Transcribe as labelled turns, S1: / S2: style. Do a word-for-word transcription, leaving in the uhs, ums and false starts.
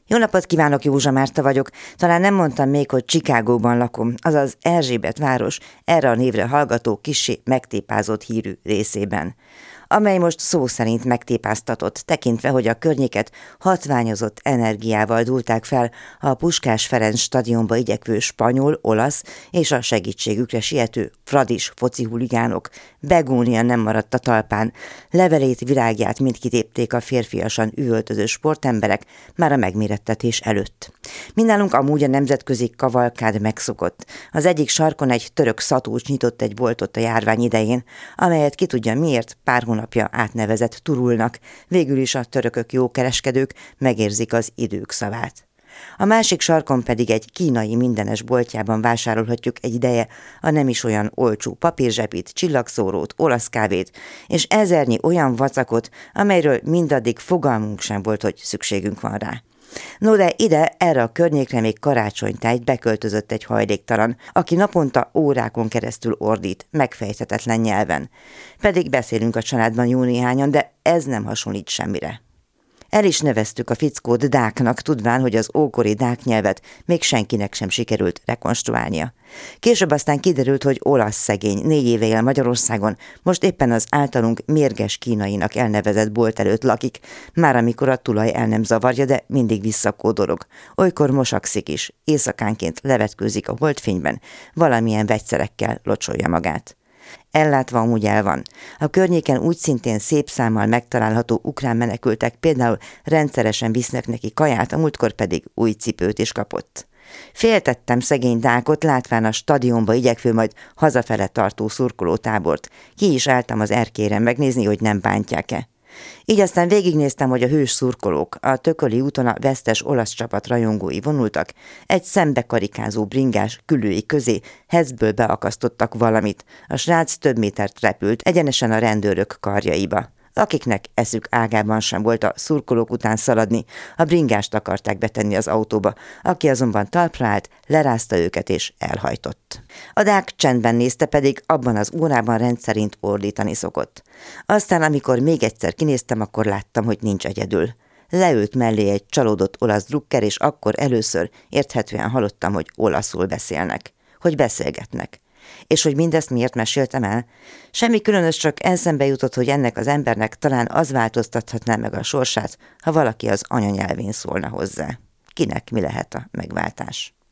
S1: Jó napot kívánok, Józsa Márta vagyok. Talán nem mondtam még, hogy Chicagóban lakom, azaz Erzsébet város erre a névre hallgató kissé megtépázott hírű részében, amely most szó szerint megtépáztatott, tekintve, hogy a környéket hatványozott energiával dúlták fel a Puskás Ferenc stadionba igyekvő spanyol, olasz és a segítségükre siető fradis foci huligánok. Begónia nem maradt a talpán, levelét, virágját mind kitépték a férfiasan üvöltöző sportemberek már a megmérettetés előtt. Mindnálunk amúgy a nemzetközi kavalkád megszokott. Az egyik sarkon egy török szatúcs nyitott egy boltot a járvány idején, amelyet ki tudja miért pár hónapja átnevezett turulnak. Végül is a törökök jó kereskedők megérzik az idők szavát. A másik sarkon pedig egy kínai mindenes boltjában vásárolhatjuk egy ideje a nem is olyan olcsó papírzsepit, csillagszórót, olasz kávét, és ezernyi olyan vacakot, amelyről mindaddig fogalmunk sem volt, hogy szükségünk van rá. No de ide, erre a környékre még karácsonytájt beköltözött egy hajléktalan, aki naponta órákon keresztül ordít, megfejthetetlen nyelven. Pedig beszélünk a családban jó néhányan, de ez nem hasonlít semmire. El is neveztük a fickót dáknak, tudván, hogy az ókori dák nyelvet még senkinek sem sikerült rekonstruálnia. Később aztán kiderült, hogy olasz szegény, négy éve él Magyarországon, most éppen az általunk mérges kínainak elnevezett bolt előtt lakik, már amikor a tulaj el nem zavarja, de mindig visszakódorog. Olykor mosakszik is, éjszakánként levetkőzik a holdfényben, valamilyen vegyszerekkel locsolja magát. Ellátva amúgy el van. A környéken úgy szintén szép számmal megtalálható ukrán menekültek például rendszeresen visznek neki kaját, a múltkor pedig új cipőt is kapott. Féltettem szegény dákot, látván a stadionba igyekvő, majd hazafele tartó szurkolótábort. Ki is álltam az erkélyen megnézni, hogy nem bántják-e. Így aztán végignéztem, hogy a hős szurkolók, a Tököli úton a vesztes olasz csapat rajongói vonultak, egy szembe karikázó bringás külői közé hezből beakasztottak valamit. A srác több métert repült, egyenesen a rendőrök karjaiba, akiknek eszük ágában sem volt a szurkolók után szaladni, a bringást akarták betenni az autóba, aki azonban talpra állt, lerázta őket és elhajtott. A dák csendben nézte, pedig abban az órában rendszerint ordítani szokott. Aztán, amikor még egyszer kinéztem, akkor láttam, hogy nincs egyedül. Leült mellé egy csalódott olasz drukker, és akkor először érthetően hallottam, hogy olaszul beszélnek, hogy beszélgetnek. És hogy mindezt miért meséltem el? Semmi különös, csak eszembe jutott, hogy ennek az embernek talán az változtathatná meg a sorsát, ha valaki az anyanyelvén szólna hozzá. Kinek mi lehet a megváltás?